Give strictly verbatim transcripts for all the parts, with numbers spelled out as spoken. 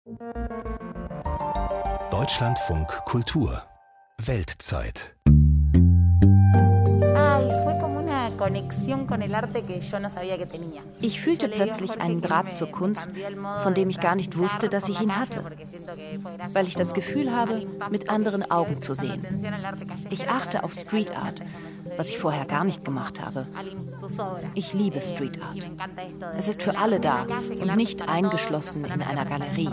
Deutschlandfunk Kultur Weltzeit. Ich fühlte plötzlich einen Draht zur Kunst, von dem ich gar nicht wusste, dass ich ihn hatte, weil ich das Gefühl habe, mit anderen Augen zu sehen. Ich achte auf Street Art, was ich vorher gar nicht gemacht habe. Ich liebe Street Art. Es ist für alle da und nicht eingeschlossen in einer Galerie.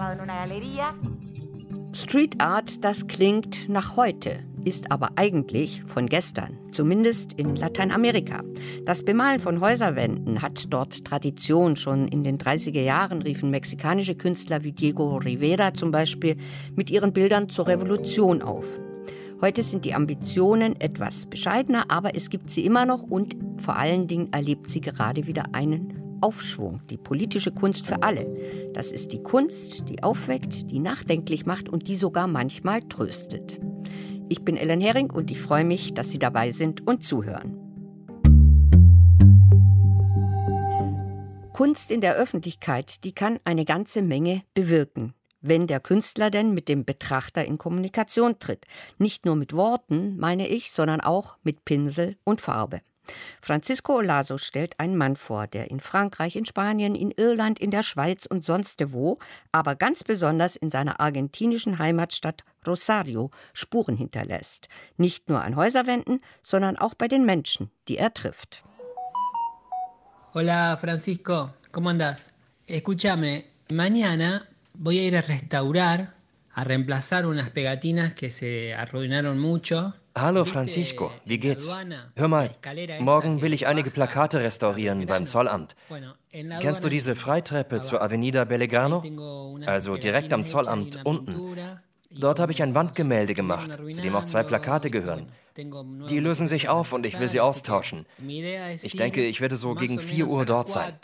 Street Art, das klingt nach heute, ist aber eigentlich von gestern, zumindest in Lateinamerika. Das Bemalen von Häuserwänden hat dort Tradition. Schon in den dreißiger Jahren riefen mexikanische Künstler wie Diego Rivera zum Beispiel mit ihren Bildern zur Revolution auf. Heute sind die Ambitionen etwas bescheidener, aber es gibt sie immer noch und vor allen Dingen erlebt sie gerade wieder einen Aufschwung, die politische Kunst für alle. Das ist die Kunst, die aufweckt, die nachdenklich macht und die sogar manchmal tröstet. Ich bin Ellen Hering und ich freue mich, dass Sie dabei sind und zuhören. Kunst in der Öffentlichkeit, die kann eine ganze Menge bewirken, wenn der Künstler denn mit dem Betrachter in Kommunikation tritt. Nicht nur mit Worten, meine ich, sondern auch mit Pinsel und Farbe. Francisco Olaso stellt einen Mann vor, der in Frankreich, in Spanien, in Irland, in der Schweiz und sonst wo, aber ganz besonders in seiner argentinischen Heimatstadt Rosario Spuren hinterlässt. Nicht nur an Häuserwänden, sondern auch bei den Menschen, die er trifft. Hola Francisco, ¿cómo andás? Escúchame, mañana voy a ir a restaurar, a reemplazar unas pegatinas que se arruinaron mucho. Hallo Francisco, wie geht's? Hör mal, morgen will ich einige Plakate restaurieren beim Zollamt. Kennst du diese Freitreppe zur Avenida Belgrano? Also direkt am Zollamt unten. Dort habe ich ein Wandgemälde gemacht, zu dem auch zwei Plakate gehören. Die lösen sich auf und ich will sie austauschen. Ich denke, ich werde so gegen vier Uhr dort sein.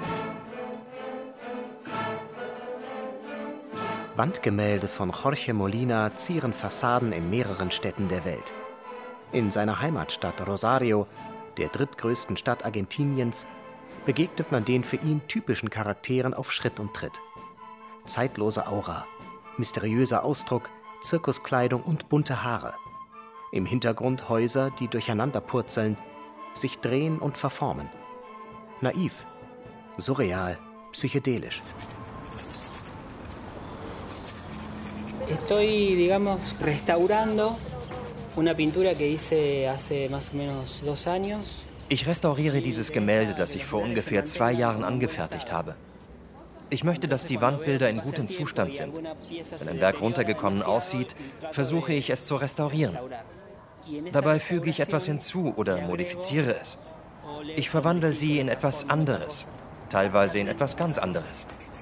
Wandgemälde von Jorge Molina zieren Fassaden in mehreren Städten der Welt. In seiner Heimatstadt Rosario, der drittgrößten Stadt Argentiniens, begegnet man den für ihn typischen Charakteren auf Schritt und Tritt. Zeitlose Aura, mysteriöser Ausdruck, Zirkuskleidung und bunte Haare. Im Hintergrund Häuser, die durcheinander purzeln, sich drehen und verformen. Naiv, surreal, psychedelisch. Estoy, digamos, restaurando una pintura que hice hace más o menos dos años. Ich restauriere dieses Gemälde, das ich vor ungefähr zwei Jahren angefertigt habe. Ich möchte, dass die Wandbilder in gutem Zustand sind. Wenn ein Werk runtergekommen aussieht, versuche ich es zu restaurieren. Dabei füge ich etwas hinzu oder modifiziere es. Ich verwandle sie in etwas anderes, teilweise in etwas ganz anderes.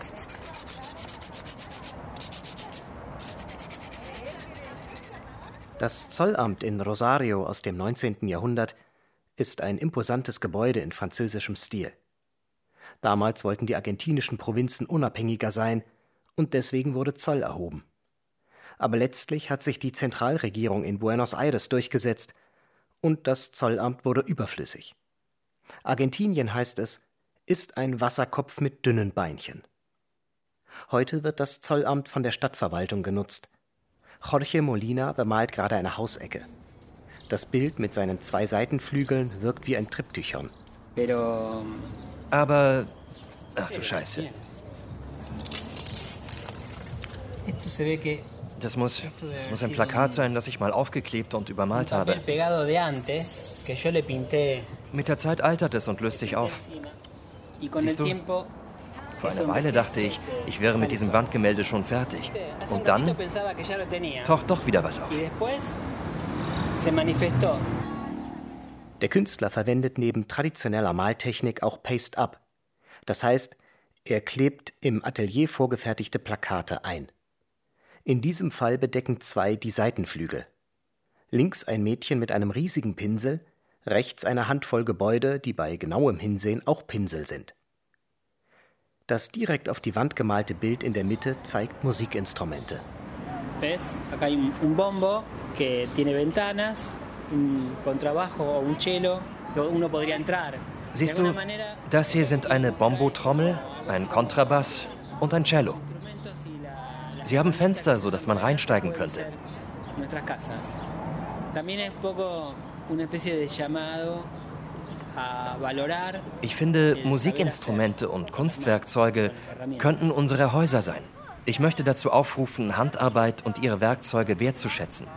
Das Zollamt in Rosario aus dem neunzehnten Jahrhundert ist ein imposantes Gebäude in französischem Stil. Damals wollten die argentinischen Provinzen unabhängiger sein und deswegen wurde Zoll erhoben. Aber letztlich hat sich die Zentralregierung in Buenos Aires durchgesetzt und das Zollamt wurde überflüssig. Argentinien, heißt es, ist ein Wasserkopf mit dünnen Beinchen. Heute wird das Zollamt von der Stadtverwaltung genutzt. Jorge Molina bemalt gerade eine Hausecke. Das Bild mit seinen zwei Seitenflügeln wirkt wie ein Triptychon. Aber, ach du Scheiße. Das muss, das muss ein Plakat sein, das ich mal aufgeklebt und übermalt habe. Mit der Zeit altert es und löst sich auf. Siehst du? Vor einer Weile dachte ich, ich wäre mit diesem Wandgemälde schon fertig. Und dann taucht doch wieder was auf. Der Künstler verwendet neben traditioneller Maltechnik auch Paste-Up. Das heißt, er klebt im Atelier vorgefertigte Plakate ein. In diesem Fall bedecken zwei die Seitenflügel. Links ein Mädchen mit einem riesigen Pinsel, rechts eine Handvoll Gebäude, die bei genauem Hinsehen auch Pinsel sind. Das direkt auf die Wand gemalte Bild in der Mitte zeigt Musikinstrumente. Siehst du, das hier sind eine Bombo-Trommel, ein Kontrabass und ein Cello. Sie haben Fenster, sodass man reinsteigen könnte. Ich finde, Musikinstrumente und Kunstwerkzeuge könnten unsere Häuser sein. Ich möchte dazu aufrufen, Handarbeit und ihre Werkzeuge wertzuschätzen.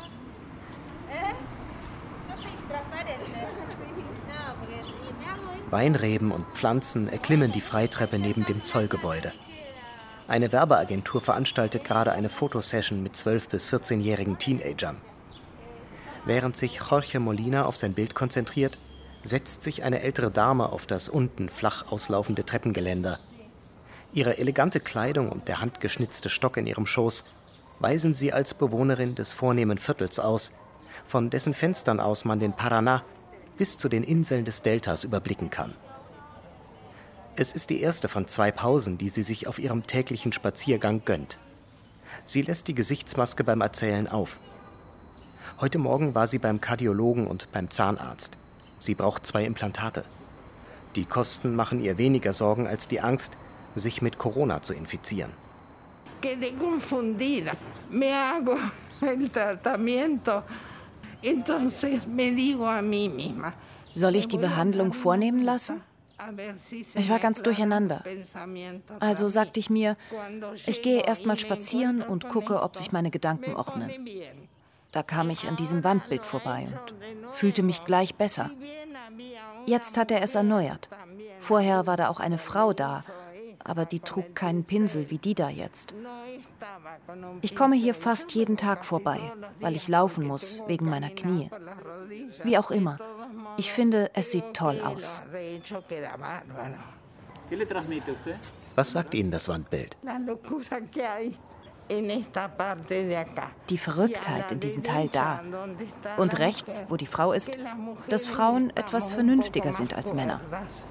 Weinreben und Pflanzen erklimmen die Freitreppe neben dem Zollgebäude. Eine Werbeagentur veranstaltet gerade eine Fotosession mit zwölf- bis vierzehnjährigen Teenagern. Während sich Jorge Molina auf sein Bild konzentriert, setzt sich eine ältere Dame auf das unten flach auslaufende Treppengeländer. Ihre elegante Kleidung und der handgeschnitzte Stock in ihrem Schoß weisen sie als Bewohnerin des vornehmen Viertels aus, von dessen Fenstern aus man den Paraná bis zu den Inseln des Deltas überblicken kann. Es ist die erste von zwei Pausen, die sie sich auf ihrem täglichen Spaziergang gönnt. Sie lässt die Gesichtsmaske beim Erzählen auf. Heute Morgen war sie beim Kardiologen und beim Zahnarzt. Sie braucht zwei Implantate. Die Kosten machen ihr weniger Sorgen als die Angst, sich mit Corona zu infizieren. Quedé confundida. Me hago el tratamiento. Entonces me digo a mí misma. Soll ich die Behandlung vornehmen lassen? Ich war ganz durcheinander. Also sagte ich mir, ich gehe erst mal spazieren und gucke, ob sich meine Gedanken ordnen. Da kam ich an diesem Wandbild vorbei und fühlte mich gleich besser. Jetzt hat er es erneuert. Vorher war da auch eine Frau da, aber die trug keinen Pinsel wie die da jetzt. Ich komme hier fast jeden Tag vorbei, weil ich laufen muss wegen meiner Knie. Wie auch immer, ich finde, es sieht toll aus. Was sagt Ihnen das Wandbild? Die Verrücktheit in diesem Teil da. Und rechts, wo die Frau ist, dass Frauen etwas vernünftiger sind als Männer.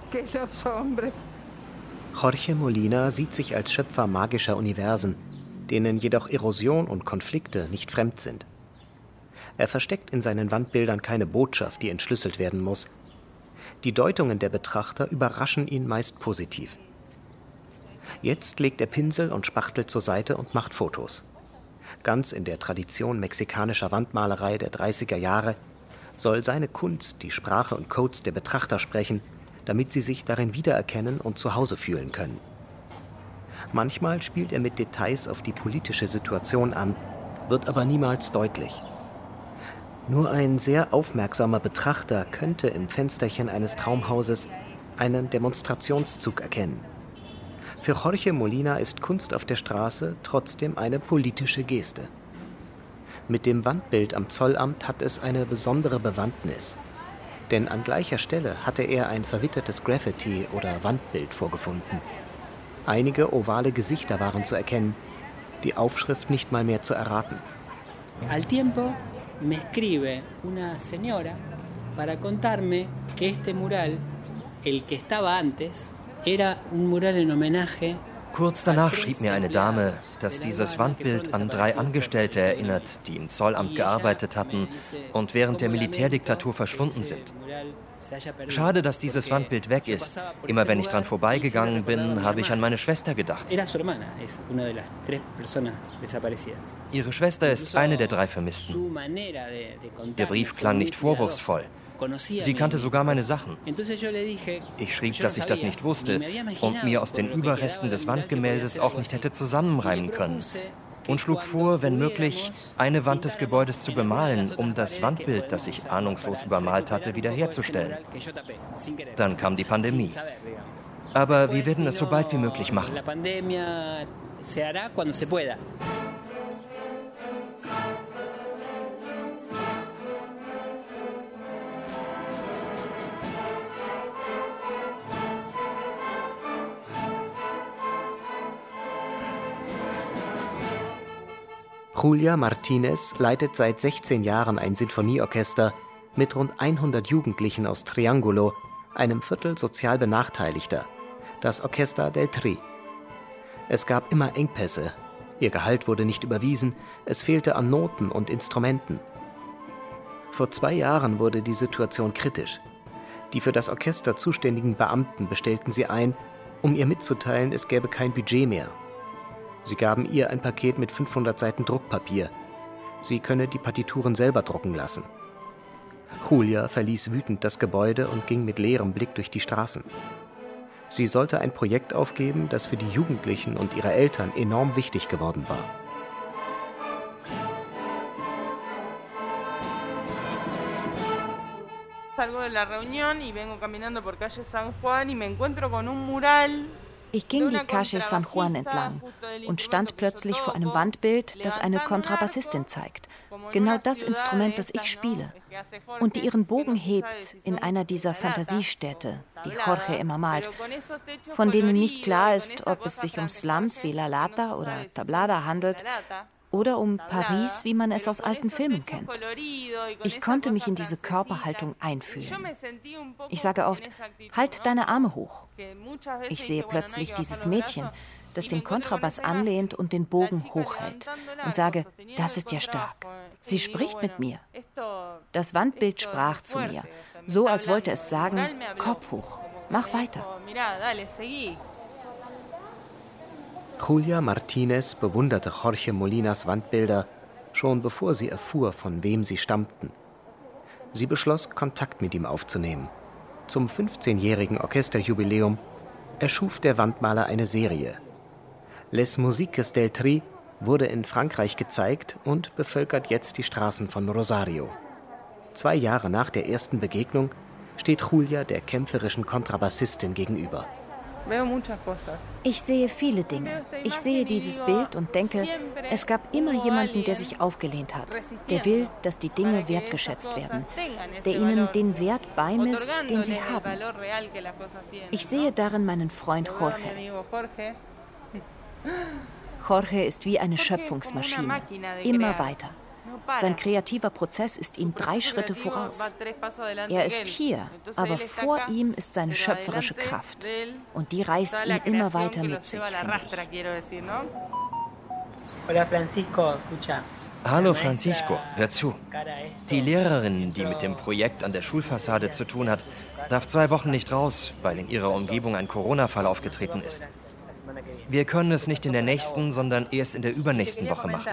Jorge Molina sieht sich als Schöpfer magischer Universen, denen jedoch Erosion und Konflikte nicht fremd sind. Er versteckt in seinen Wandbildern keine Botschaft, die entschlüsselt werden muss. Die Deutungen der Betrachter überraschen ihn meist positiv. Jetzt legt er Pinsel und Spachtel zur Seite und macht Fotos. Ganz in der Tradition mexikanischer Wandmalerei der dreißiger Jahre soll seine Kunst die Sprache und Codes der Betrachter sprechen, damit sie sich darin wiedererkennen und zu Hause fühlen können. Manchmal spielt er mit Details auf die politische Situation an, wird aber niemals deutlich. Nur ein sehr aufmerksamer Betrachter könnte im Fensterchen eines Traumhauses einen Demonstrationszug erkennen. Für Jorge Molina ist Kunst auf der Straße trotzdem eine politische Geste. Mit dem Wandbild am Zollamt hat es eine besondere Bewandtnis. Denn an gleicher Stelle hatte er ein verwittertes Graffiti oder Wandbild vorgefunden. Einige ovale Gesichter waren zu erkennen, die Aufschrift nicht mal mehr zu erraten. Al tiempo me escribe una señora para contarme que este mural, el que estaba antes, era un mural en homenaje. Kurz danach schrieb mir eine Dame, dass dieses Wandbild an drei Angestellte erinnert, die im Zollamt gearbeitet hatten und während der Militärdiktatur verschwunden sind. Schade, dass dieses Wandbild weg ist. Immer wenn ich dran vorbeigegangen bin, habe ich an meine Schwester gedacht. Ihre Schwester ist eine der drei Vermissten. Der Brief klang nicht vorwurfsvoll. Sie kannte sogar meine Sachen. Ich schrieb, dass ich das nicht wusste und mir aus den Überresten des Wandgemäldes auch nicht hätte zusammenreimen können. Und schlug vor, wenn möglich, eine Wand des Gebäudes zu bemalen, um das Wandbild, das ich ahnungslos übermalt hatte, wiederherzustellen. Dann kam die Pandemie. Aber wir werden es so bald wie möglich machen. Julia Martinez leitet seit sechzehn Jahren ein Sinfonieorchester mit rund hundert Jugendlichen aus Triángulo, einem Viertel sozial Benachteiligter, das Orquesta del Tri. Es gab immer Engpässe, ihr Gehalt wurde nicht überwiesen, es fehlte an Noten und Instrumenten. Vor zwei Jahren wurde die Situation kritisch. Die für das Orchester zuständigen Beamten bestellten sie ein, um ihr mitzuteilen, es gäbe kein Budget mehr. Sie gaben ihr ein Paket mit fünfhundert Seiten Druckpapier. Sie könne die Partituren selber drucken lassen. Julia verließ wütend das Gebäude und ging mit leerem Blick durch die Straßen. Sie sollte ein Projekt aufgeben, das für die Jugendlichen und ihre Eltern enorm wichtig geworden war. Ich ging die Calle San Juan entlang und stand plötzlich vor einem Wandbild, das eine Kontrabassistin zeigt. Genau das Instrument, das ich spiele. Und die ihren Bogen hebt in einer dieser Fantasiestädte, die Jorge immer malt, von denen nicht klar ist, ob es sich um Slums wie La Lata oder Tablada handelt oder um Paris, wie man es aus alten Filmen kennt. Ich konnte mich in diese Körperhaltung einfühlen. Ich sage oft, halt deine Arme hoch. Ich sehe plötzlich dieses Mädchen, das den Kontrabass anlehnt und den Bogen hochhält und sage, das ist ja stark. Sie spricht mit mir. Das Wandbild sprach zu mir, so als wollte es sagen, Kopf hoch, mach weiter. Julia Martinez bewunderte Jorge Molinas Wandbilder, schon bevor sie erfuhr, von wem sie stammten. Sie beschloss, Kontakt mit ihm aufzunehmen. Zum fünfzehnjährigen Orchesterjubiläum erschuf der Wandmaler eine Serie. Les Musiques del Tri wurde in Frankreich gezeigt und bevölkert jetzt die Straßen von Rosario. Zwei Jahre nach der ersten Begegnung steht Julia der kämpferischen Kontrabassistin gegenüber. Ich sehe viele Dinge. Ich sehe dieses Bild und denke, es gab immer jemanden, der sich aufgelehnt hat, der will, dass die Dinge wertgeschätzt werden, der ihnen den Wert beimisst, den sie haben. Ich sehe darin meinen Freund Jorge. Jorge ist wie eine Schöpfungsmaschine, immer weiter. Sein kreativer Prozess ist ihm drei Schritte voraus. Er ist hier, aber vor ihm ist seine schöpferische Kraft. Und die reißt ihn immer weiter mit sich, finde ich. Hallo Francisco, hör zu. Die Lehrerin, die mit dem Projekt an der Schulfassade zu tun hat, darf zwei Wochen nicht raus, weil in ihrer Umgebung ein Corona-Fall aufgetreten ist. Wir können es nicht in der nächsten, sondern erst in der übernächsten Woche machen.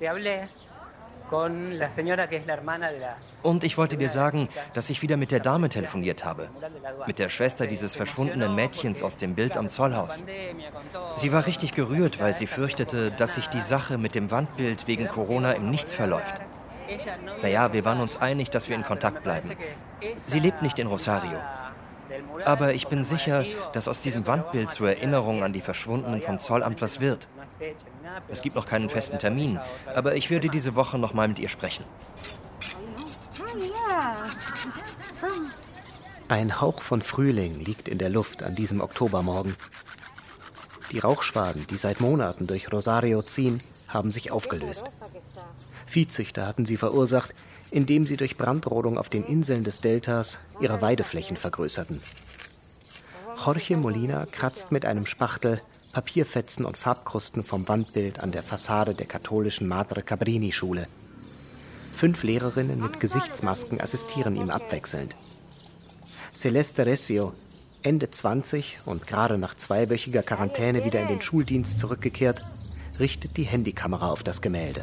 Und ich wollte dir sagen, dass ich wieder mit der Dame telefoniert habe. Mit der Schwester dieses verschwundenen Mädchens aus dem Bild am Zollhaus. Sie war richtig gerührt, weil sie fürchtete, dass sich die Sache mit dem Wandbild wegen Corona im Nichts verläuft. Naja, wir waren uns einig, dass wir in Kontakt bleiben. Sie lebt nicht in Rosario. Aber ich bin sicher, dass aus diesem Wandbild zur Erinnerung an die Verschwundenen vom Zollamt was wird. Es gibt noch keinen festen Termin, aber ich würde diese Woche noch mal mit ihr sprechen. Ein Hauch von Frühling liegt in der Luft an diesem Oktobermorgen. Die Rauchschwaden, die seit Monaten durch Rosario ziehen, haben sich aufgelöst. Viehzüchter hatten sie verursacht, indem sie durch Brandrodung auf den Inseln des Deltas ihre Weideflächen vergrößerten. Jorge Molina kratzt mit einem Spachtel Papierfetzen und Farbkrusten vom Wandbild an der Fassade der katholischen Madre Cabrini-Schule. Fünf Lehrerinnen mit Gesichtsmasken assistieren ihm abwechselnd. Celeste Recio, Ende zwanzig und gerade nach zweiwöchiger Quarantäne wieder in den Schuldienst zurückgekehrt, richtet die Handykamera auf das Gemälde.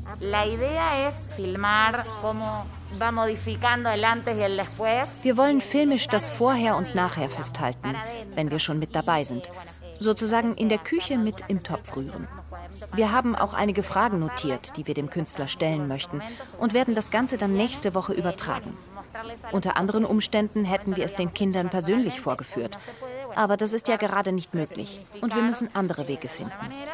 Wir wollen filmisch das Vorher und Nachher festhalten, wenn wir schon mit dabei sind. Sozusagen in der Küche mit im Topf rühren. Wir haben auch einige Fragen notiert, die wir dem Künstler stellen möchten und werden das Ganze dann nächste Woche übertragen. Unter anderen Umständen hätten wir es den Kindern persönlich vorgeführt. Aber das ist ja gerade nicht möglich und wir müssen andere Wege finden.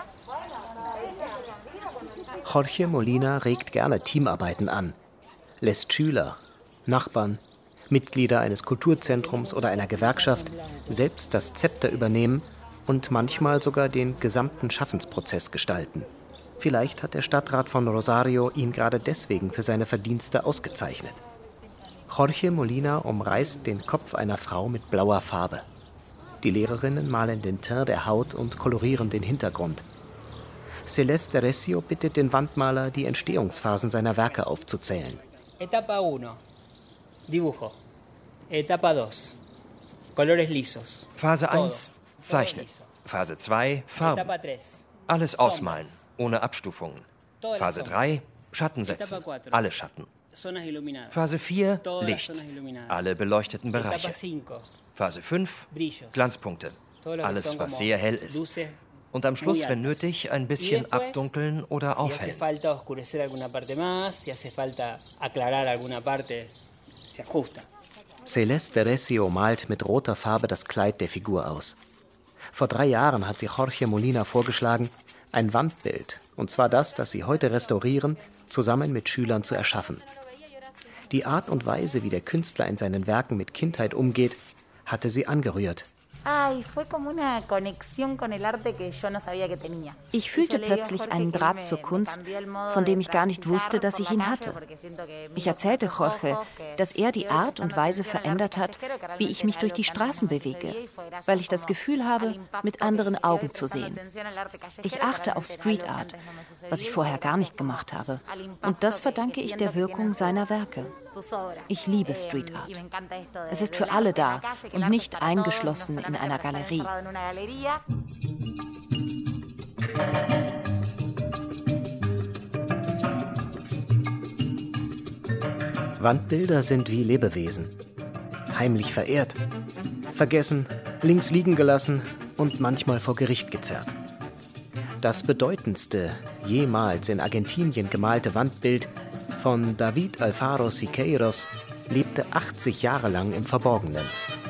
Jorge Molina regt gerne Teamarbeiten an, lässt Schüler, Nachbarn, Mitglieder eines Kulturzentrums oder einer Gewerkschaft selbst das Zepter übernehmen und manchmal sogar den gesamten Schaffensprozess gestalten. Vielleicht hat der Stadtrat von Rosario ihn gerade deswegen für seine Verdienste ausgezeichnet. Jorge Molina umreißt den Kopf einer Frau mit blauer Farbe. Die Lehrerinnen malen den Teint der Haut und kolorieren den Hintergrund. Celeste Recio bittet den Wandmaler, die Entstehungsphasen seiner Werke aufzuzählen. Etapa uno, Dibujo. Etapa dos, Colores lisos. Phase eins, Zeichnen. Phase zwei, Farben. Alles ausmalen, ohne Abstufungen. Phase drei, Schatten setzen, alle Schatten. Phase vier, Licht, alle beleuchteten Bereiche. Phase fünf, Glanzpunkte, alles, was sehr hell ist. Und am Schluss, wenn nötig, ein bisschen abdunkeln oder aufhellen. Celeste Recio malt mit roter Farbe das Kleid der Figur aus. Vor drei Jahren hat sie Jorge Molina vorgeschlagen, ein Wandbild, und zwar das, das sie heute restaurieren, zusammen mit Schülern zu erschaffen. Die Art und Weise, wie der Künstler in seinen Werken mit Kindheit umgeht, hatte sie angerührt. Ich fühlte plötzlich einen Draht zur Kunst, von dem ich gar nicht wusste, dass ich ihn hatte. Ich erzählte Jorge, dass er die Art und Weise verändert hat, wie ich mich durch die Straßen bewege, weil ich das Gefühl habe, mit anderen Augen zu sehen. Ich achte auf Street Art, was ich vorher gar nicht gemacht habe. Und das verdanke ich der Wirkung seiner Werke. Ich liebe Street Art. Es ist für alle da und nicht eingeschlossen in einer Galerie. Wandbilder sind wie Lebewesen. Heimlich verehrt, vergessen, links liegen gelassen und manchmal vor Gericht gezerrt. Das bedeutendste jemals in Argentinien gemalte Wandbild von David Alfaro Siqueiros lebte achtzig Jahre lang im Verborgenen.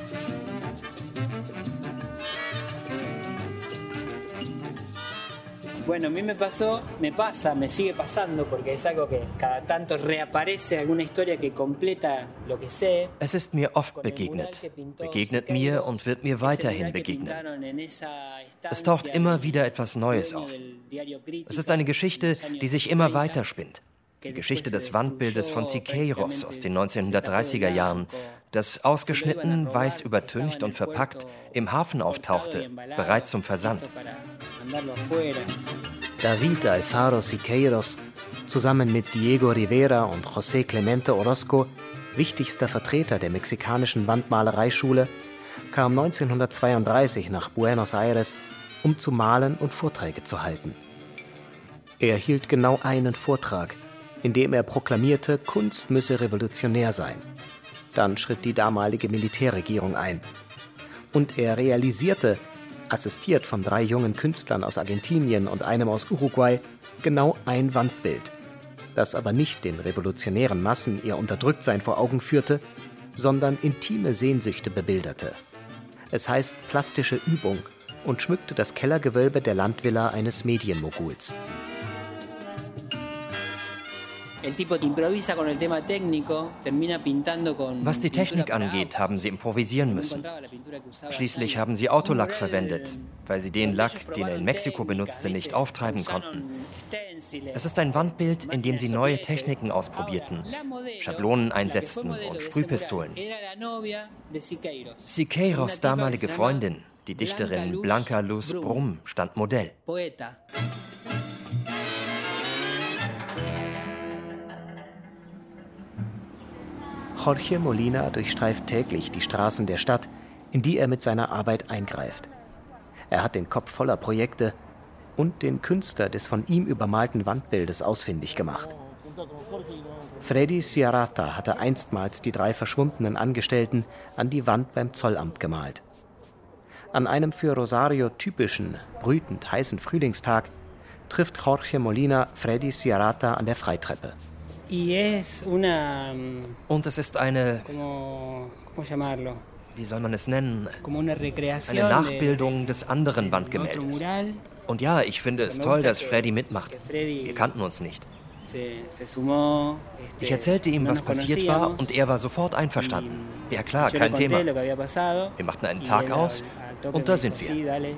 Bueno, a mí me pasó, me pasa, me sigue pasando, porque es algo que cada tanto reaparece alguna historia que completa lo que sé. Es ist mir oft begegnet, begegnet mir und wird mir weiterhin begegnen. Es taucht immer wieder etwas Neues auf. Es ist eine Geschichte, die sich immer weiter spinnt. Die Geschichte des Wandbildes von Siqueiros aus den neunzehnhundertdreißiger Jahren, das ausgeschnitten, weiß übertüncht und verpackt im Hafen auftauchte, bereit zum Versand. David Alfaro Siqueiros, zusammen mit Diego Rivera und José Clemente Orozco, wichtigster Vertreter der mexikanischen Wandmalereischule, kam neunzehnhundertzweiunddreißig nach Buenos Aires, um zu malen und Vorträge zu halten. Er hielt genau einen Vortrag, in dem er proklamierte, Kunst müsse revolutionär sein. Dann schritt die damalige Militärregierung ein. Und er realisierte, assistiert von drei jungen Künstlern aus Argentinien und einem aus Uruguay, genau ein Wandbild, das aber nicht den revolutionären Massen ihr Unterdrücktsein vor Augen führte, sondern intime Sehnsüchte bebilderte. Es heißt plastische Übung und schmückte das Kellergewölbe der Landvilla eines Medienmoguls. Was die Technik angeht, haben sie improvisieren müssen. Schließlich haben sie Autolack verwendet, weil sie den Lack, den er in Mexiko benutzte, nicht auftreiben konnten. Es ist ein Wandbild, in dem sie neue Techniken ausprobierten, Schablonen einsetzten und Sprühpistolen. Siqueiros' damalige Freundin, die Dichterin Blanca Luz Brum, stand Modell. Jorge Molina durchstreift täglich die Straßen der Stadt, in die er mit seiner Arbeit eingreift. Er hat den Kopf voller Projekte und den Künstler des von ihm übermalten Wandbildes ausfindig gemacht. Freddy Ciarata hatte einstmals die drei verschwundenen Angestellten an die Wand beim Zollamt gemalt. An einem für Rosario typischen, brütend heißen Frühlingstag trifft Jorge Molina Freddy Ciarata an der Freitreppe. Und es ist eine, wie soll man es nennen, eine Nachbildung des anderen Wandgemäldes. Und ja, ich finde es toll, dass Freddy mitmacht. Wir kannten uns nicht. Ich erzählte ihm, was passiert war, und er war sofort einverstanden. Ja klar, kein Thema. Wir machten einen Tag aus und da sind wir.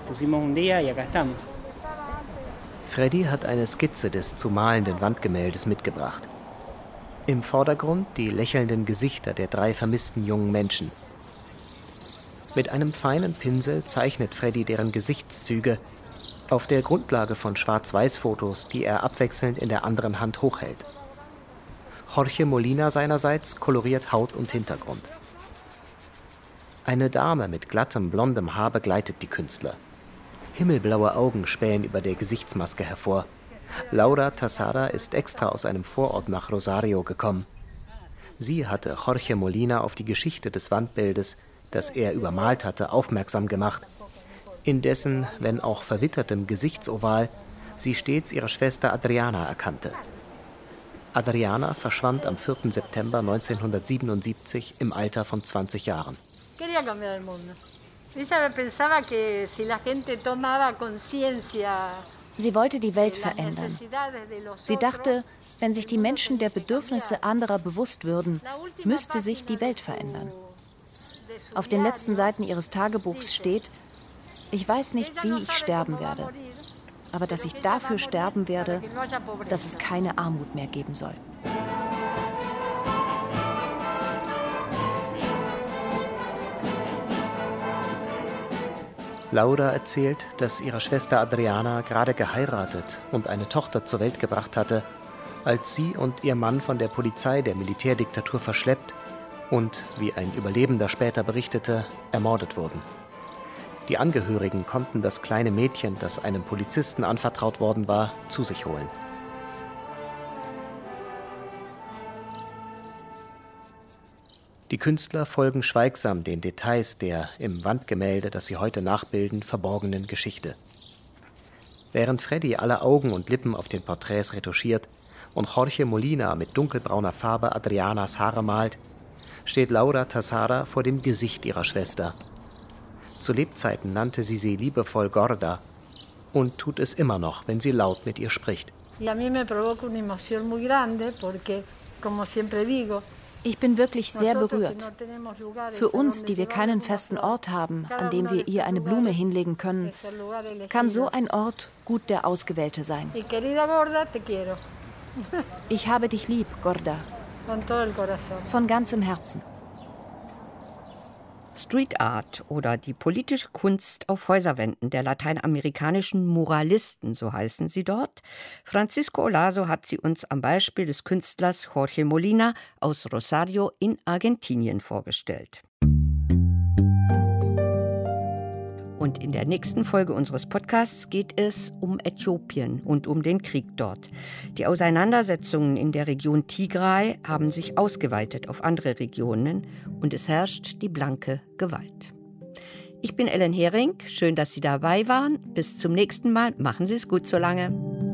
Freddy hat eine Skizze des zu malenden Wandgemäldes mitgebracht. Im Vordergrund die lächelnden Gesichter der drei vermissten jungen Menschen. Mit einem feinen Pinsel zeichnet Freddy deren Gesichtszüge auf der Grundlage von Schwarz-Weiß-Fotos, die er abwechselnd in der anderen Hand hochhält. Jorge Molina seinerseits koloriert Haut und Hintergrund. Eine Dame mit glattem, blondem Haar begleitet die Künstler. Himmelblaue Augen spähen über der Gesichtsmaske hervor. Laura Tassada ist extra aus einem Vorort nach Rosario gekommen. Sie hatte Jorge Molina auf die Geschichte des Wandbildes, das er übermalt hatte, aufmerksam gemacht. In dessen, wenn auch verwittertem Gesichtsoval, sie stets ihre Schwester Adriana erkannte. Adriana verschwand am vierten September neunzehnhundertsiebenundsiebzig im Alter von zwanzig Jahren. Sie wollte die Welt verändern. Sie dachte, wenn sich die Menschen der Bedürfnisse anderer bewusst würden, müsste sich die Welt verändern. Auf den letzten Seiten ihres Tagebuchs steht: Ich weiß nicht, wie ich sterben werde, aber dass ich dafür sterben werde, dass es keine Armut mehr geben soll. Laura erzählt, dass ihre Schwester Adriana gerade geheiratet und eine Tochter zur Welt gebracht hatte, als sie und ihr Mann von der Polizei der Militärdiktatur verschleppt und, wie ein Überlebender später berichtete, ermordet wurden. Die Angehörigen konnten das kleine Mädchen, das einem Polizisten anvertraut worden war, zu sich holen. Die Künstler folgen schweigsam den Details der im Wandgemälde, das sie heute nachbilden, verborgenen Geschichte. Während Freddy alle Augen und Lippen auf den Porträts retuschiert und Jorge Molina mit dunkelbrauner Farbe Adrianas Haare malt, steht Laura Tassada vor dem Gesicht ihrer Schwester. Zu Lebzeiten nannte sie sie liebevoll Gorda und tut es immer noch, wenn sie laut mit ihr spricht. Ich bin wirklich sehr berührt. Für uns, die wir keinen festen Ort haben, an dem wir ihr eine Blume hinlegen können, kann so ein Ort gut der Ausgewählte sein. Ich habe dich lieb, Gorda. Von ganzem Herzen. Street Art oder die politische Kunst auf Häuserwänden der lateinamerikanischen Muralisten, so heißen sie dort. Francisco Olaso hat sie uns am Beispiel des Künstlers Jorge Molina aus Rosario in Argentinien vorgestellt. Und in der nächsten Folge unseres Podcasts geht es um Äthiopien und um den Krieg dort. Die Auseinandersetzungen in der Region Tigray haben sich ausgeweitet auf andere Regionen und es herrscht die blanke Gewalt. Ich bin Ellen Hering, schön, dass Sie dabei waren. Bis zum nächsten Mal. Machen Sie es gut so lange.